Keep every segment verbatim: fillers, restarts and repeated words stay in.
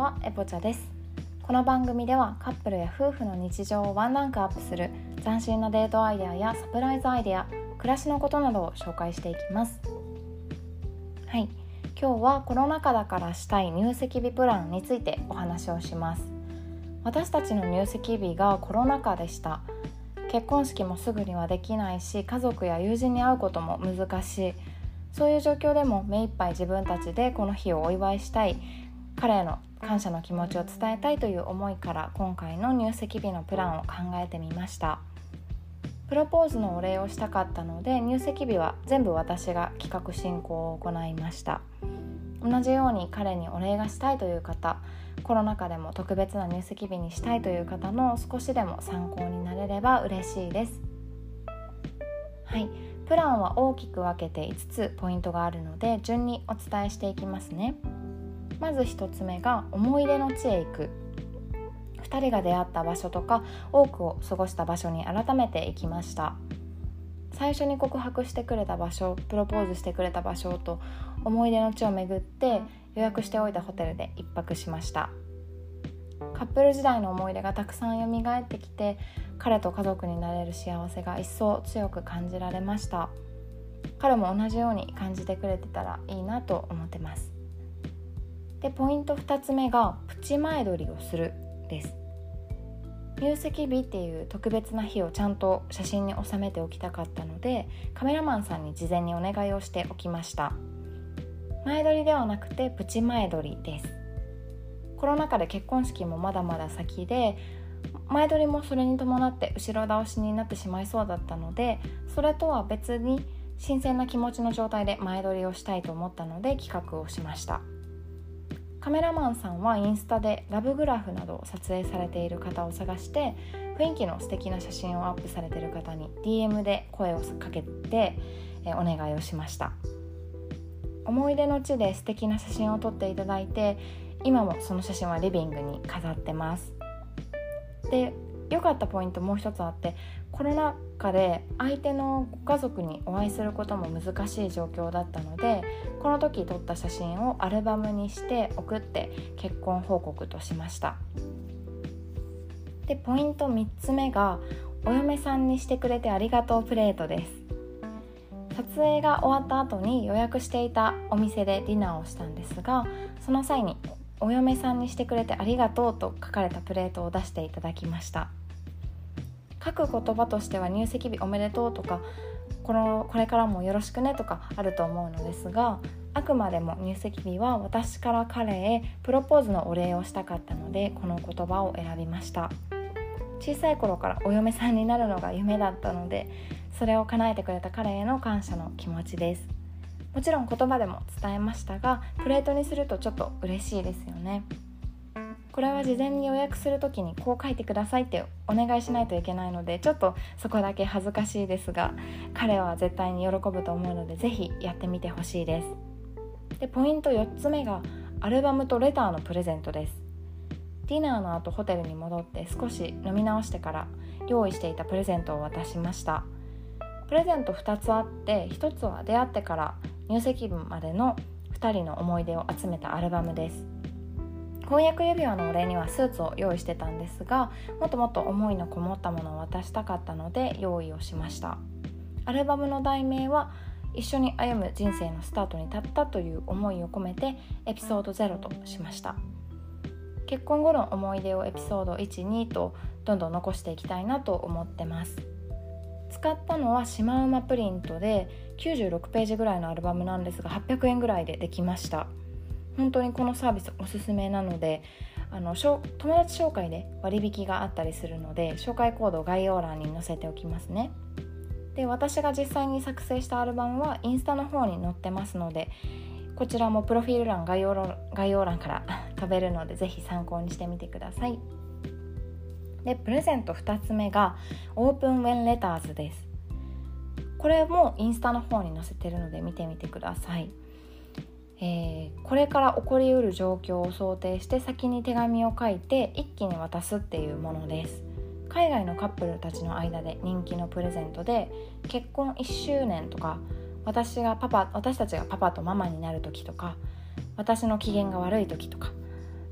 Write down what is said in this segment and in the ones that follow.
は、エポチャです。この番組ではカップルや夫婦の日常をワンランクアップする斬新なデートアイデアやサプライズアイデア、暮らしのことなどを紹介していきます。はい、今日はコロナ禍だからしたい入籍日プランについてお話をします。私たちの入籍日がコロナ禍でした。結婚式もすぐにはできないし、家族や友人に会うことも難しい。そういう状況でも目いっぱい自分たちでこの日をお祝いしたい、彼への感謝の気持ちを伝えたいという思いから今回の入籍日のプランを考えてみました。プロポーズのお礼をしたかったので、入籍日は全部私が企画進行を行いました。同じように彼にお礼がしたいという方、コロナ禍でも特別な入籍日にしたいという方の少しでも参考になれれば嬉しいです。はい、プランは大きく分けていつつポイントがあるので、順にお伝えしていきますね。まずひとつめが思い出の地へ行く。ふたりが出会った場所とか多くを過ごした場所に改めて行きました。最初に告白してくれた場所、プロポーズしてくれた場所と思い出の地を巡って予約しておいたホテルで一泊しました。カップル時代の思い出がたくさん蘇ってきて、彼と家族になれる幸せが一層強く感じられました。彼も同じように感じてくれてたらいいなと思ってます。で、ポイントふたつめがプチ前撮りをするです。入籍日っていう特別な日をちゃんと写真に収めておきたかったので、カメラマンさんに事前にお願いをしておきました。前撮りではなくてプチ前撮りです。コロナ禍で結婚式もまだまだ先で、前撮りもそれに伴って後ろ倒しになってしまいそうだったので、それとは別に新鮮な気持ちの状態で前撮りをしたいと思ったので企画をしました。カメラマンさんはインスタでラブグラフなどを撮影されている方を探して、雰囲気の素敵な写真をアップされている方に ディーエム で声をかけてお願いをしました。思い出の地で素敵な写真を撮っていただいて、今もその写真はリビングに飾ってます。で、良かったポイントもう一つあって、コロナ禍で相手のご家族にお会いすることも難しい状況だったので、この時撮った写真をアルバムにして送って結婚報告としました。で、ポイントみっつめがお嫁さんにしてくれてありがとうプレートです。撮影が終わった後に予約していたお店でディナーをしたんですが、その際にお嫁さんにしてくれてありがとうと書かれたプレートを出していただきました。書く言葉としては入籍日おめでとうとか、このこれからもよろしくねとかあると思うのですが、あくまでも入籍日は私から彼へプロポーズのお礼をしたかったので、この言葉を選びました。小さい頃からお嫁さんになるのが夢だったので、それを叶えてくれた彼への感謝の気持ちです。もちろん言葉でも伝えましたが、プレートにするとちょっと嬉しいですよね。これは事前に予約するときにこう書いてくださいってお願いしないといけないので、ちょっとそこだけ恥ずかしいですが、彼は絶対に喜ぶと思うので、ぜひやってみてほしいです。で、ポイントよっつめがアルバムとレターのプレゼントです。ディナーの後ホテルに戻って少し飲み直してから用意していたプレゼントを渡しました。プレゼントふたつあって、ひとつは出会ってから入籍日までのふたりの思い出を集めたアルバムです。婚約指輪のお礼にはスーツを用意してたんですが、もっともっと思いのこもったものを渡したかったので用意をしました。アルバムの題名は一緒に歩む人生のスタートに立ったという思いを込めてエピソードゼロとしました。結婚後の思い出をエピソードいち、にとどんどん残していきたいなと思ってます。使ったのはシマウマプリントできゅうじゅうろくページぐらいのアルバムなんですが、はっぴゃくえんぐらいでできました。本当にこのサービスおすすめなので、あの友達紹介で割引があったりするので、紹介コードを概要欄に載せておきますね。で、私が実際に作成したアルバムはインスタの方に載ってますので、こちらもプロフィール欄概要欄、概要欄から飛べるので、ぜひ参考にしてみてください。で、プレゼントふたつめがオープンウェンレターズです。これもインスタの方に載せてるので見てみてください。えー、これから起こりうる状況を想定して先に手紙を書いて一気に渡すっていうものです。海外のカップルたちの間で人気のプレゼントで、結婚いっしゅうねんとか、私がパパ私たちがパパとママになる時とか、私の機嫌が悪い時とか、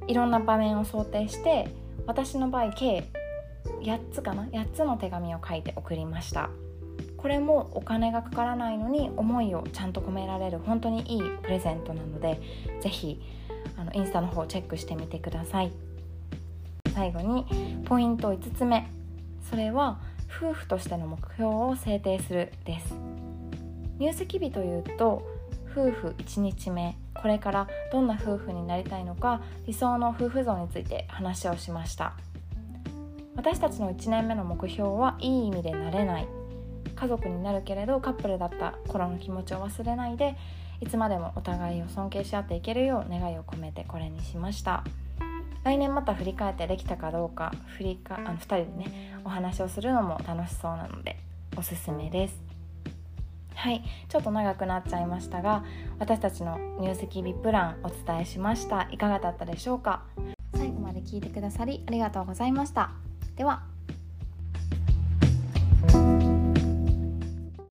いろんな場面を想定して、私の場合計やっつかなやっつの手紙を書いて送りました。これもお金がかからないのに思いをちゃんと込められる本当にいいプレゼントなので、ぜひあのインスタの方チェックしてみてください。最後にポイントいつつめ、それは夫婦としての目標を制定するです。入籍日というと、夫婦いちにちめ、これからどんな夫婦になりたいのか、理想の夫婦像について話をしました。私たちのいちねんめの目標はいい意味で慣れない、家族になるけれどカップルだった頃の気持ちを忘れないで、いつまでもお互いを尊敬し合っていけるよう願いを込めてこれにしました。来年また振り返ってできたかどうか、振りかあのふたりでねお話をするのも楽しそうなのでおすすめです。はい、ちょっと長くなっちゃいましたが、私たちの入籍日プランお伝えしました。いかがだったでしょうか。最後まで聞いてくださりありがとうございました。では。